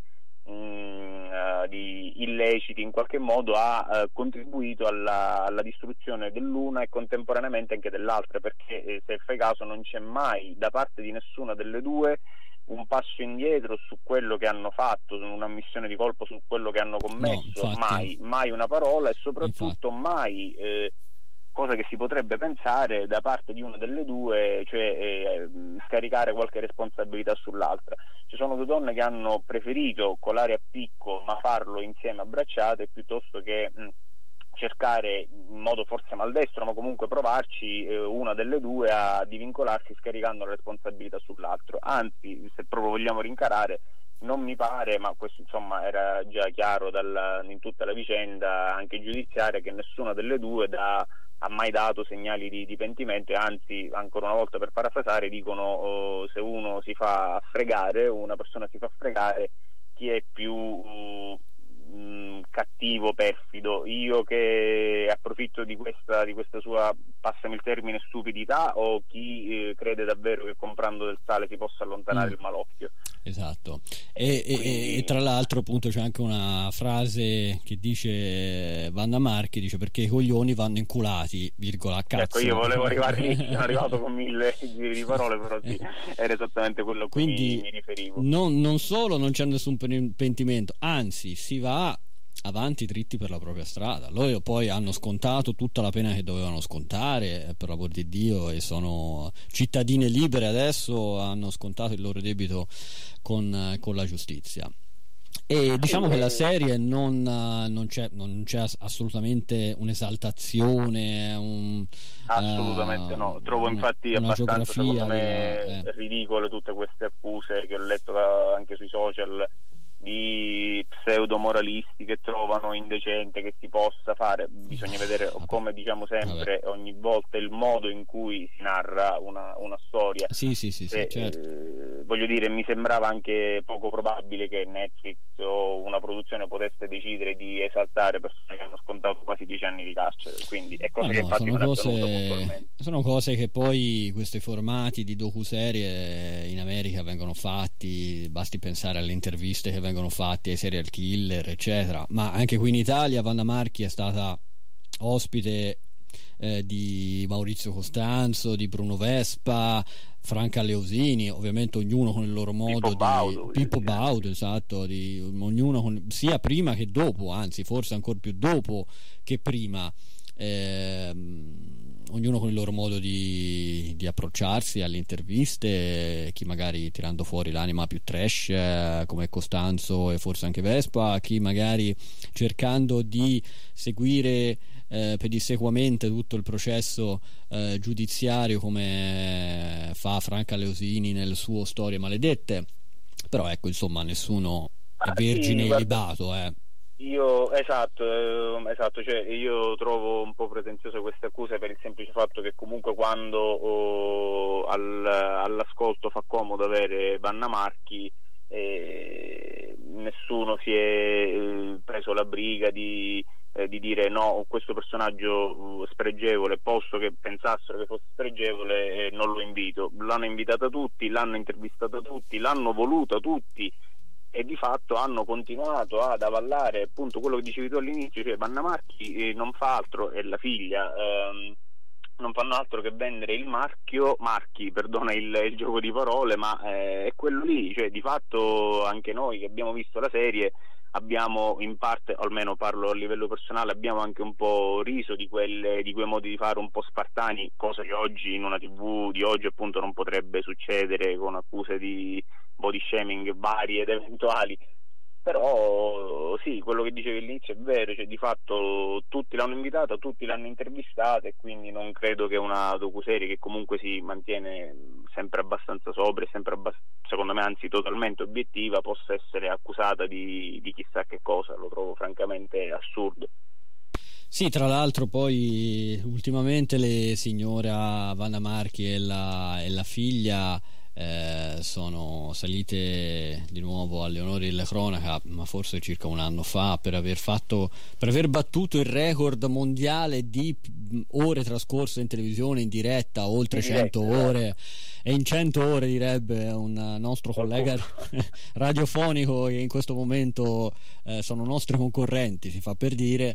illeciti in qualche modo ha contribuito alla distruzione dell'una e contemporaneamente anche dell'altra, perché se fai caso non c'è mai da parte di nessuna delle due un passo indietro su quello che hanno fatto, un'ammissione di colpo su quello che hanno commesso, no, mai una parola, e soprattutto mai cosa che si potrebbe pensare da parte di una delle due, cioè scaricare qualche responsabilità sull'altra. Ci sono due donne che hanno preferito colare a picco, ma farlo insieme abbracciate, piuttosto che cercare in modo forse maldestro, ma comunque provarci, una delle due a divincolarsi scaricando la responsabilità sull'altro. Anzi, se proprio vogliamo rincarare, non mi pare, ma questo insomma era già chiaro in tutta la vicenda anche giudiziaria, che nessuna delle due ha mai dato segnali di pentimento, e anzi, ancora una volta per parafrasare, dicono se una persona si fa fregare, chi è più cattivo, perfido, io che approfitto di questa sua, passami il termine, stupidità, o chi crede davvero che comprando del sale si possa allontanare il malocchio. Esatto. E tra l'altro appunto c'è anche una frase che dice Vanna Marchi, dice: perché i coglioni vanno inculati, virgola, cazzo. Ecco, io volevo arrivare lì, sono arrivato con 1000 giri di parole, però sì, era esattamente quello a cui mi riferivo. Non solo non c'è nessun pentimento, anzi si va avanti dritti per la propria strada. Loro poi hanno scontato tutta la pena che dovevano scontare, per l'amor di Dio, e sono cittadine libere adesso, hanno scontato il loro debito con la giustizia. E diciamo che la serie non c'è assolutamente un'esaltazione, assolutamente no. Trovo infatti abbastanza, secondo me, ridicole tutte queste accuse che ho letto anche sui social, di pseudo-moralisti che trovano indecente che si possa fare. Bisogna vedere, come diciamo sempre, ogni volta il modo in cui si narra una storia. Sì, certo. Voglio dire, mi sembrava anche poco probabile che Netflix o una produzione potesse decidere di esaltare persone che hanno scontato quasi 10 anni di carcere, quindi è cosa che infatti non è avvenuto puntualmente. Sono cose che poi questi formati di docuserie in America vengono fatti, basti pensare alle interviste che vengono fatte ai serial killer eccetera, ma anche qui in Italia Vanna Marchi è stata ospite di Maurizio Costanzo, di Bruno Vespa, Franca Leosini, ovviamente ognuno con il loro modo, Pippo Baudo, esatto, ognuno sia prima che dopo, anzi forse ancora più dopo che prima, ognuno con il loro modo di approcciarsi alle interviste, chi magari tirando fuori l'anima più trash come Costanzo e forse anche Vespa, chi magari cercando di seguire pedissequamente tutto il processo giudiziario come fa Franca Leosini nel suo Storie Maledette. Però ecco, insomma, nessuno è vergine illibato, Esatto, cioè io trovo un po' pretenzioso queste accuse per il semplice fatto che comunque quando all'ascolto fa comodo avere Vanna Marchi, nessuno si è preso la briga di dire no, questo personaggio spregevole, posto che pensassero che fosse spregevole, non lo invito. L'hanno invitata tutti, l'hanno intervistata tutti, l'hanno voluta tutti, e di fatto hanno continuato ad avallare appunto quello che dicevi tu all'inizio, cioè Vanna Marchi non fa altro, e la figlia non fanno altro che vendere il marchi, perdona il gioco di parole, ma è quello lì, cioè di fatto anche noi che abbiamo visto la serie abbiamo in parte, almeno parlo a livello personale, abbiamo anche un po' riso di quei modi di fare un po' spartani, cosa che oggi in una TV di oggi appunto non potrebbe succedere, con accuse di body shaming varie ed eventuali. Però sì, quello che dicevi all'inizio è vero, cioè di fatto tutti l'hanno invitata, tutti l'hanno intervistata, e quindi non credo che una docuserie che comunque si mantiene sempre abbastanza sobria, secondo me anzi totalmente obiettiva, possa essere accusata di chissà che cosa. Lo trovo francamente assurdo. Sì, tra l'altro poi ultimamente le signora Vanna Marchi e la figlia sono salite di nuovo alle onori della cronaca, ma forse circa un anno fa, per aver battuto il record mondiale di ore trascorse in televisione in diretta, oltre 100 ore, e in 100 ore direbbe un nostro collega radiofonico che in questo momento sono nostri concorrenti, si fa per dire.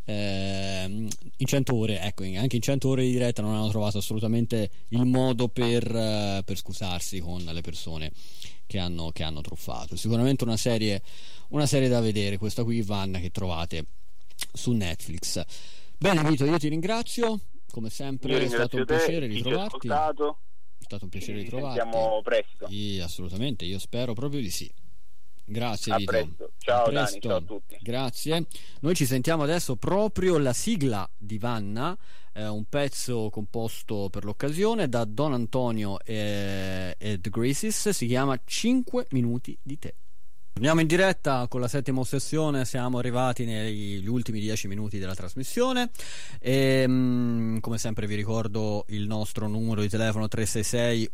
In 100 ore, ecco, anche in 100 ore di diretta non hanno trovato assolutamente il modo per scusarsi con le persone che hanno truffato. Sicuramente una serie da vedere questa qui, Vanna, che trovate su Netflix. Bene Vito, io ti ringrazio come sempre, è stato un piacere ritrovarti. È stato un piacere ritrovarti. Ci sentiamo presto. Sì, assolutamente, io spero proprio di sì. Grazie Vito. Presto. Ciao Dani, ciao a tutti. Grazie. Noi ci sentiamo adesso proprio la sigla di Vanna, un pezzo composto per l'occasione da Don Antonio e The Graces, si chiama 5 minuti di te. Andiamo in diretta con la settima ossessione, siamo arrivati negli ultimi 10 minuti della trasmissione e come sempre vi ricordo il nostro numero di telefono 366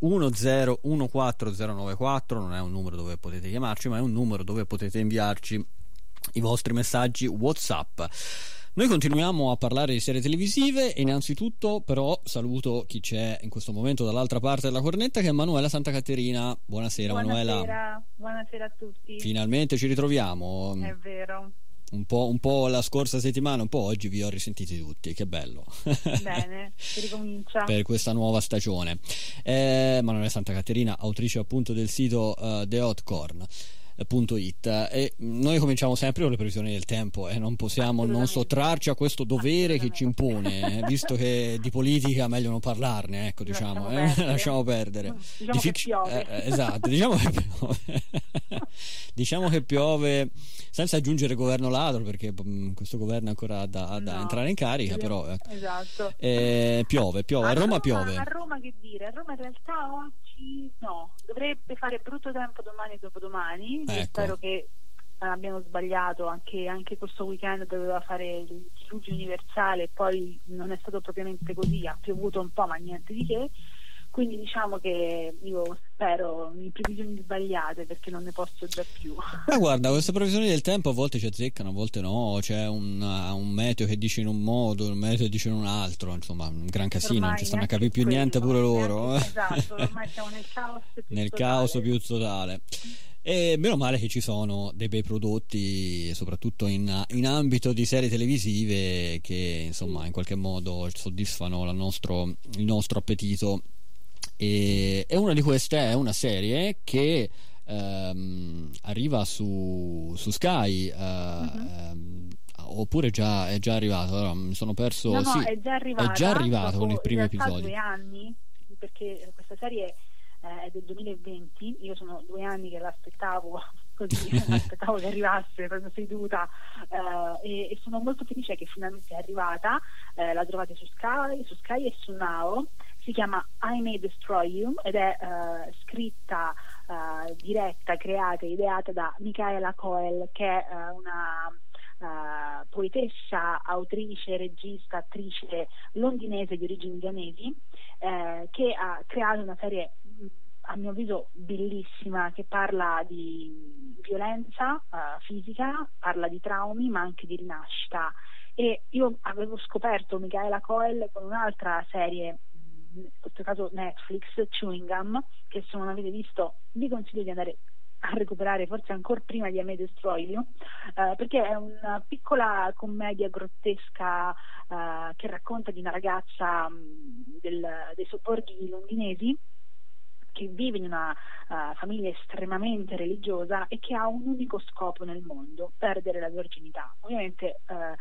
1014094, non è un numero dove potete chiamarci, ma è un numero dove potete inviarci i vostri messaggi WhatsApp. Noi continuiamo a parlare di serie televisive e innanzitutto però saluto chi c'è in questo momento dall'altra parte della cornetta, che è Manuela Santa Caterina. Buonasera Manuela. Buonasera a tutti. Finalmente ci ritroviamo. È vero. Un po' la scorsa settimana, un po' oggi vi ho risentiti tutti, che bello. Bene, si ricomincia. Per questa nuova stagione. Manuela Santa Caterina, autrice appunto del sito TheHotCorn.it, e noi cominciamo sempre con le previsioni del tempo e non possiamo non sottrarci a questo dovere che ci impone, visto che di politica meglio non parlarne, ecco, lasciamo perdere. Diciamo che piove. Esatto, diciamo che piove senza aggiungere governo ladro, perché questo governo è ancora da entrare in carica, però esatto. Piove, a Roma piove. A Roma che dire? A Roma in realtà oggi no, dovrebbe fare brutto tempo domani e dopodomani. Ecco. Spero che abbiano sbagliato, anche questo weekend doveva fare il diluvio universale e poi non è stato propriamente così, ha piovuto un po' ma niente di che, quindi diciamo che io spero in previsioni sbagliate perché non ne posso già più. Ma guarda, queste previsioni del tempo a volte ci azzeccano, a volte no, c'è un meteo che dice in un modo, un meteo che dice in un altro, insomma un gran casino, Ormai non ci stanno a neanche capire più niente pure loro. Esatto, ormai siamo nel caos più Nel totale. caos più totale. E meno male che ci sono dei bei prodotti, soprattutto in ambito di serie televisive, che insomma in qualche modo soddisfano il nostro appetito. E una di queste è una serie che arriva su Sky, oppure è già arrivato. Allora, mi sono perso. No, sì, è già arrivato con il primo in realtà episodio. 2 anni, perché questa serie è del 2020, io sono 2 anni che l'aspettavo così, aspettavo che arrivasse proprio seduta, e sono molto felice che finalmente è arrivata. La trovate su Sky e su Now. Si chiama I May Destroy You ed è scritta, diretta, creata e ideata da Michaela Coel, che è una poetessa, autrice, regista, attrice londinese di origini ghanesi, che ha creato una serie a mio avviso bellissima, che parla di violenza fisica, parla di traumi ma anche di rinascita. E io avevo scoperto Michaela Coel con un'altra serie, in questo caso Netflix, Chewing Gum, che se non avete visto vi consiglio di andare a recuperare, forse ancora prima di A Me Destroy You, perché è una piccola commedia grottesca che racconta di una ragazza dei sobborghi londinesi che vive in una famiglia estremamente religiosa e che ha un unico scopo nel mondo: perdere la verginità. Ovviamente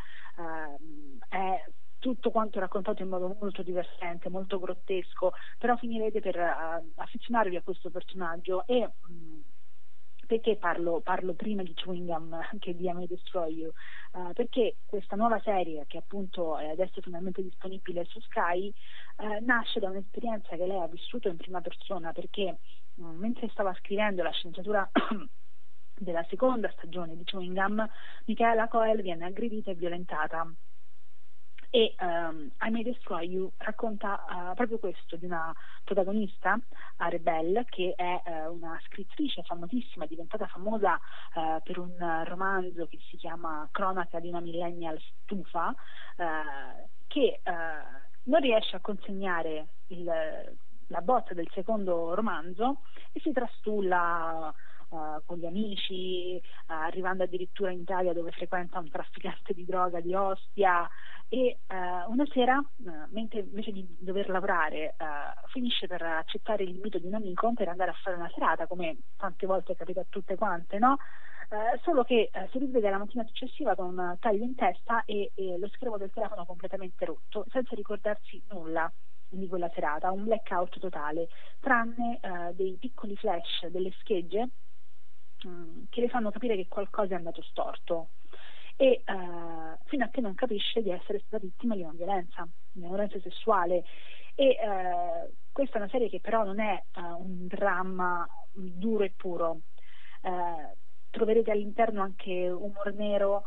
è tutto quanto raccontato in modo molto divertente, molto grottesco, però finirete per affezionarvi a questo personaggio. E perché parlo prima di Chewing Gum che di I May Destroy You? Perché questa nuova serie, che appunto è adesso finalmente disponibile su Sky, nasce da un'esperienza che lei ha vissuto in prima persona, perché mentre stava scrivendo la sceneggiatura della seconda stagione di Chewing Gum, Michaela Coel viene aggredita e violentata. E I May Destroy You racconta proprio questo, di una protagonista, Rebel, che è una scrittrice famosissima, diventata famosa per un romanzo che si chiama Cronaca di una millennial stufa, che non riesce a consegnare la bozza del secondo romanzo e si trastulla con gli amici, arrivando addirittura in Italia, dove frequenta un trafficante di droga di Ostia. E una sera, mentre invece di dover lavorare, finisce per accettare l'invito di un amico per andare a fare una serata, come tante volte capita a tutte quante, no? Solo che si risveglia la mattina successiva con un taglio in testa e lo schermo del telefono completamente rotto, senza ricordarsi nulla di quella serata, un blackout totale, tranne dei piccoli flash, delle schegge che le fanno capire che qualcosa è andato storto. E fino a che non capisce di essere stata vittima di una violenza sessuale. E questa è una serie che però non è un dramma duro e puro. Troverete all'interno anche umor nero,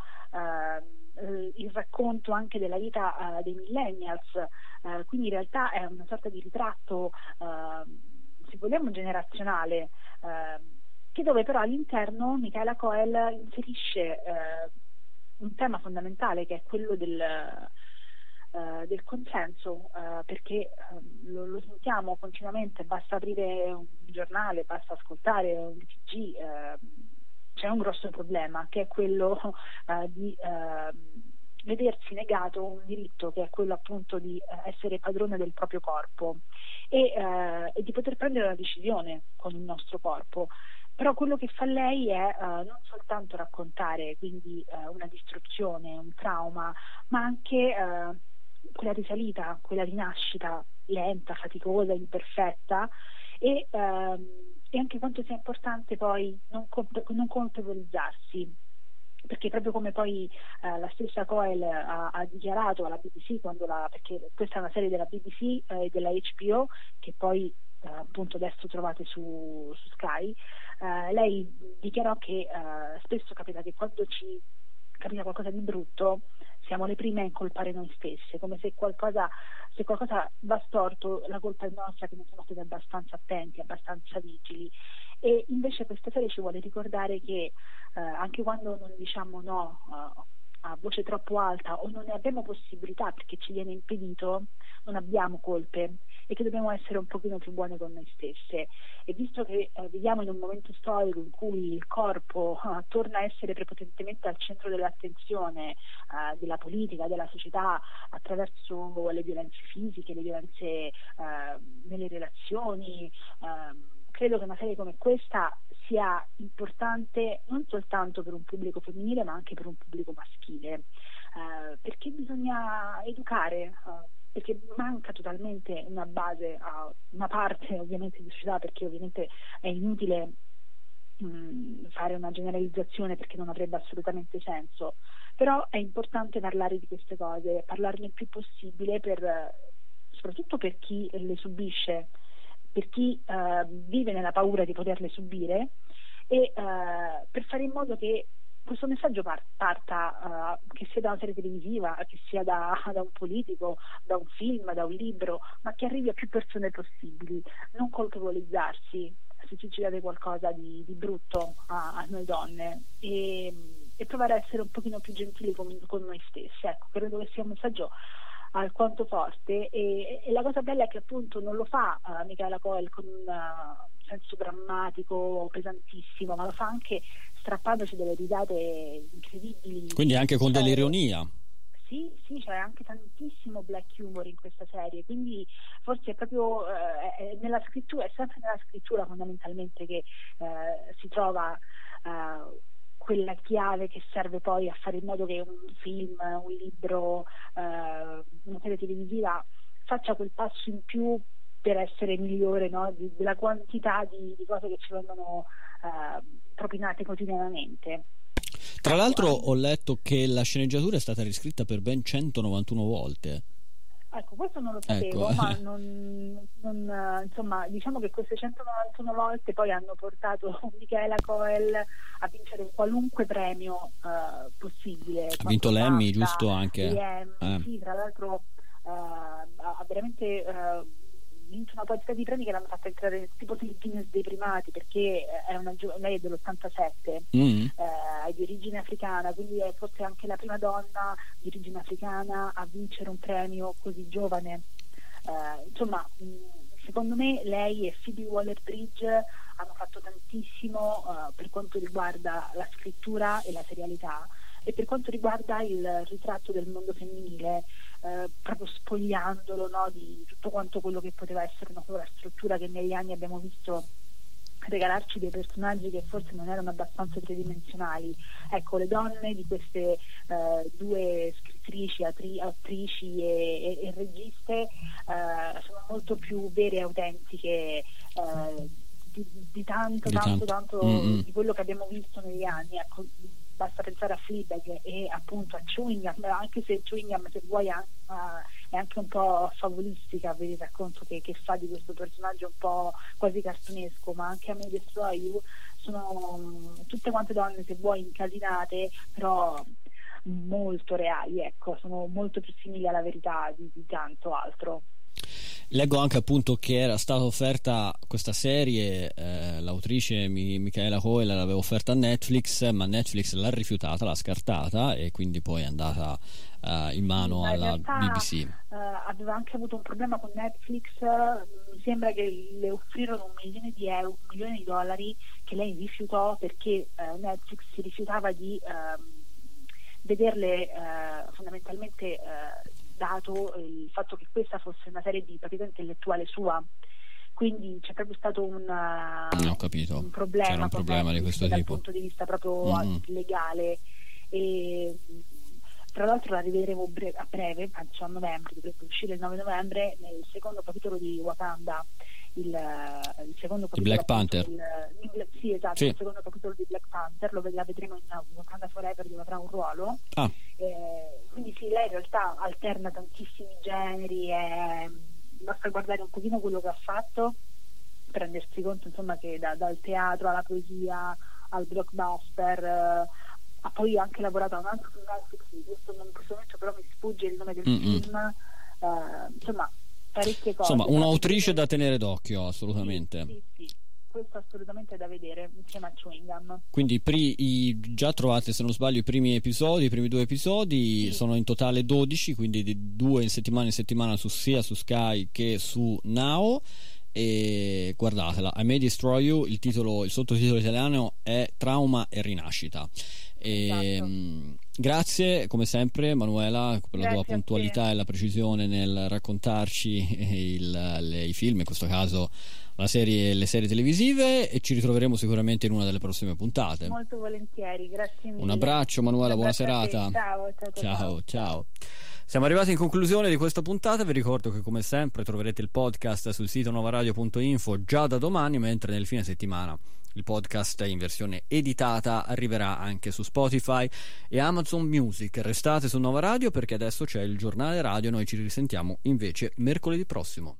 il racconto anche della vita dei millennials, quindi in realtà è una sorta di ritratto, se vogliamo, generazionale, che dove però all'interno Michaela Coel inserisce un tema fondamentale, che è quello del consenso, perché lo sentiamo continuamente, basta aprire un giornale, basta ascoltare un TG, c'è un grosso problema, che è quello di vedersi negato un diritto, che è quello appunto di essere padrone del proprio corpo e di poter prendere una decisione con il nostro corpo. Però quello che fa lei è non soltanto raccontare quindi una distruzione, un trauma, ma anche quella risalita, quella rinascita lenta, faticosa, imperfetta, e anche quanto sia importante poi non colpevolizzarsi, perché proprio come poi la stessa Coel ha dichiarato alla BBC, perché questa è una serie della BBC e della HBO che poi appunto adesso trovate su Sky, lei dichiarò che spesso capita che quando ci capita qualcosa di brutto siamo le prime a incolpare noi stesse, come se qualcosa va storto, la colpa è nostra che non siamo stati abbastanza attenti, abbastanza vigili. E invece questa serie ci vuole ricordare che anche quando non diciamo no a voce troppo alta o non ne abbiamo possibilità perché ci viene impedito, non abbiamo colpe e che dobbiamo essere un pochino più buone con noi stesse. E visto che viviamo in un momento storico in cui il corpo torna a essere prepotentemente al centro dell'attenzione della politica, della società, attraverso le violenze fisiche, le violenze nelle relazioni, credo che una serie come questa sia importante non soltanto per un pubblico femminile ma anche per un pubblico maschile, perché bisogna educare, perché manca totalmente una base a una parte ovviamente di società, perché ovviamente è inutile fare una generalizzazione perché non avrebbe assolutamente senso, però è importante parlare di queste cose, parlarne il più possibile soprattutto per chi le subisce, per chi vive nella paura di poterle subire e per fare in modo che questo messaggio parta che sia da una serie televisiva, che sia da un politico, da un film, da un libro, ma che arrivi a più persone possibili, non colpevolizzarsi se ci succede qualcosa di brutto a noi donne e provare a essere un pochino più gentili con noi stessi. Ecco, credo che sia un messaggio alquanto forte e la cosa bella è che appunto non lo fa Michaela Coel con un senso drammatico pesantissimo, ma lo fa anche strappandoci delle risate incredibili, quindi anche con dell'ironia. Sì, c'è anche tantissimo black humor in questa serie, quindi forse è proprio nella scrittura, è sempre nella scrittura fondamentalmente che si trova quella chiave che serve poi a fare in modo che un film, un libro, una serie televisiva faccia quel passo in più per essere migliore, no? Della quantità di cose che ci vengono propinate quotidianamente. Tra l'altro ho letto che la sceneggiatura è stata riscritta per ben 191 volte. Ecco, questo non lo sapevo, ma insomma, diciamo che queste 191 volte poi hanno portato Michaela Coel a vincere qualunque premio possibile. Ha vinto l'Emmy, giusto, anche? Emmy, sì, tra l'altro ha veramente vinto una quantità di premi che l'hanno fatta entrare tipo sul Guinness dei primati, perché lei è dell'87, è di origine africana, quindi è forse anche la prima donna di origine africana a vincere un premio così giovane. Insomma, secondo me lei e Phoebe Waller-Bridge hanno fatto tantissimo per quanto riguarda la scrittura e la serialità e per quanto riguarda il ritratto del mondo femminile, proprio spogliandolo, no, di tutto quanto quello che poteva essere una sovrastruttura che negli anni abbiamo visto regalarci dei personaggi che forse non erano abbastanza tridimensionali. Ecco, le donne di queste due scrittrici, attrici e registe sono molto più vere e autentiche di tanto di quello che abbiamo visto negli anni. Ecco, basta pensare a Fleabag e appunto a Chewingham, anche se Chewingham, se vuoi, è anche un po' favolistica per il racconto che fa di questo personaggio un po' quasi cartunesco, ma anche a Me Destroy You sono tutte quante donne, se vuoi, incasinate, però molto reali, ecco, sono molto più simili alla verità di tanto altro. Leggo anche appunto che era stata offerta questa serie, l'autrice Michaela Coel l'aveva offerta a Netflix, ma Netflix l'ha rifiutata, l'ha scartata e quindi poi è andata in mano alla BBC. Aveva anche avuto un problema con Netflix, mi sembra che le offrirono $1 milione che lei rifiutò perché Netflix si rifiutava di vederle fondamentalmente dato il fatto che questa fosse una serie di proprietà intellettuale sua, quindi c'è proprio stato un problema, c'era un problema di questo dal tipo punto di vista proprio legale, e tra l'altro la rivedremo a breve, penso a novembre, dovrebbe uscire il 9 novembre nel secondo capitolo di Wakanda, il secondo capitolo di Black Panther. Sì, esatto, sì. Il secondo capitolo di Black Panther la vedremo in Wakanda Forever, dove avrà un ruolo. Quindi sì, lei in realtà alterna tantissimi generi e basta guardare un pochino quello che ha fatto per rendersi conto, insomma, che dal teatro alla poesia al blockbuster, ha poi anche lavorato anche su Netflix, in questo momento però mi sfugge il nome del film, insomma parecchie cose. Insomma, un'autrice da tenere d'occhio, assolutamente. Sì, questo assolutamente da vedere insieme a Chewing Gum. Quindi già trovate, se non sbaglio, i primi 2 episodi, sono in totale 12, quindi 2 in settimana sia su Sky che su Now. E guardatela, I May Destroy You, il sottotitolo italiano è Trauma e Rinascita. Grazie come sempre Manuela per la tua puntualità e la precisione nel raccontarci i film, in questo caso le serie televisive, e ci ritroveremo sicuramente in una delle prossime puntate. Molto volentieri, grazie mille. Un abbraccio Manuela, buona serata. Ciao. Siamo arrivati in conclusione di questa puntata. Vi ricordo che come sempre troverete il podcast sul sito novaradio.info già da domani, mentre nel fine settimana il podcast in versione editata arriverà anche su Spotify e Amazon Music. Restate su Nova Radio perché adesso c'è il giornale radio, noi ci risentiamo invece mercoledì prossimo.